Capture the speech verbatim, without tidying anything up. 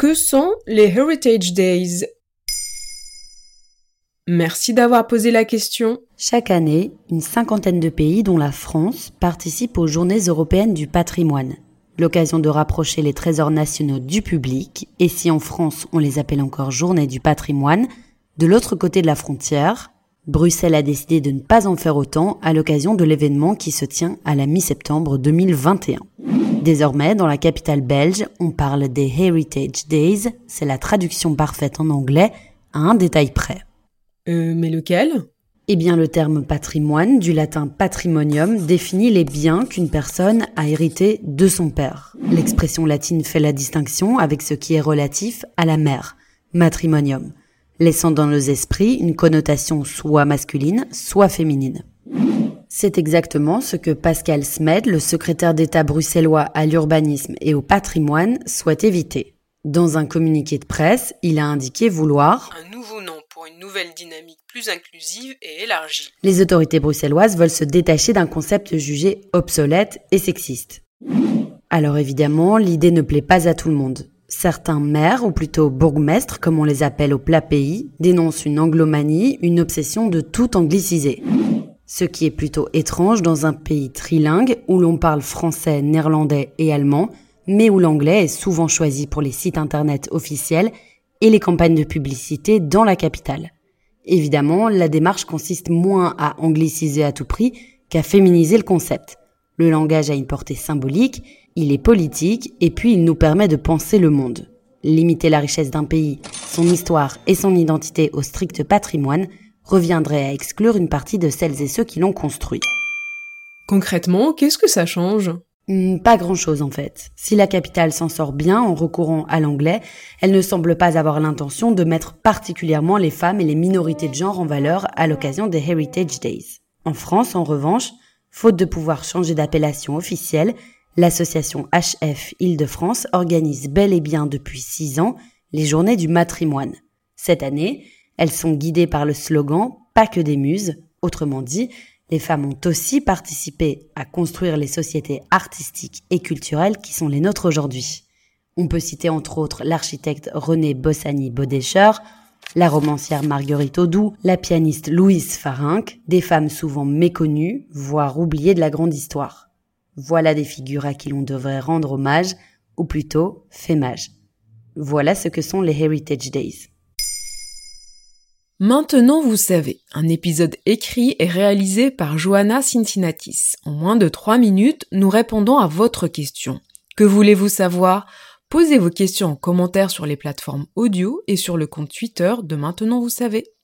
Que sont les Heritage Days ? Merci d'avoir posé la question. Chaque année, une cinquantaine de pays, dont la France, participent aux Journées européennes du patrimoine. L'occasion de rapprocher les trésors nationaux du public, et si en France on les appelle encore Journées du patrimoine, de l'autre côté de la frontière, Bruxelles a décidé de ne pas en faire autant à l'occasion de l'événement qui se tient à la mi-septembre deux mille vingt et un. Désormais, dans la capitale belge, on parle des Heritage Days, c'est la traduction parfaite en anglais, à un détail près. Euh, mais lequel ? Eh bien, le terme patrimoine, du latin patrimonium, définit les biens qu'une personne a hérités de son père. L'expression latine fait la distinction avec ce qui est relatif à la mère, matrimonium, laissant dans nos esprits une connotation soit masculine, soit féminine. C'est exactement ce que Pascal Smed, le secrétaire d'État bruxellois à l'urbanisme et au patrimoine, souhaite éviter. Dans un communiqué de presse, il a indiqué vouloir un nouveau nom pour une nouvelle dynamique plus inclusive et élargie. Les autorités bruxelloises veulent se détacher d'un concept jugé obsolète et sexiste. Alors évidemment, l'idée ne plaît pas à tout le monde. Certains maires, ou plutôt bourgmestres, comme on les appelle au plat pays, dénoncent une anglomanie, une obsession de tout angliciser. Ce qui est plutôt étrange dans un pays trilingue où l'on parle français, néerlandais et allemand, mais où l'anglais est souvent choisi pour les sites internet officiels et les campagnes de publicité dans la capitale. Évidemment, la démarche consiste moins à angliciser à tout prix qu'à féminiser le concept. Le langage a une portée symbolique, il est politique et puis il nous permet de penser le monde. Limiter la richesse d'un pays, son histoire et son identité au strict patrimoine reviendrait à exclure une partie de celles et ceux qui l'ont construit. Concrètement, qu'est-ce que ça change ? Pas grand-chose en fait. Si la capitale s'en sort bien en recourant à l'anglais, elle ne semble pas avoir l'intention de mettre particulièrement les femmes et les minorités de genre en valeur à l'occasion des Heritage Days. En France, en revanche, faute de pouvoir changer d'appellation officielle, l'association H F Île-de-France organise bel et bien depuis six ans les Journées du matrimoine. Cette année, elles sont guidées par le slogan « Pas que des muses », autrement dit, les femmes ont aussi participé à construire les sociétés artistiques et culturelles qui sont les nôtres aujourd'hui. On peut citer entre autres l'architecte René Bossany-Bodécher, la romancière Marguerite Audoux, la pianiste Louise Farinck, des femmes souvent méconnues, voire oubliées de la grande histoire. Voilà des figures à qui l'on devrait rendre hommage, ou plutôt fémage. Voilà ce que sont les Heritage Days. Maintenant vous savez, un épisode écrit et réalisé par Johanna Cincinnatis. En moins de trois minutes, nous répondons à votre question. Que voulez-vous savoir ? Posez vos questions en commentaire sur les plateformes audio et sur le compte Twitter de Maintenant vous savez.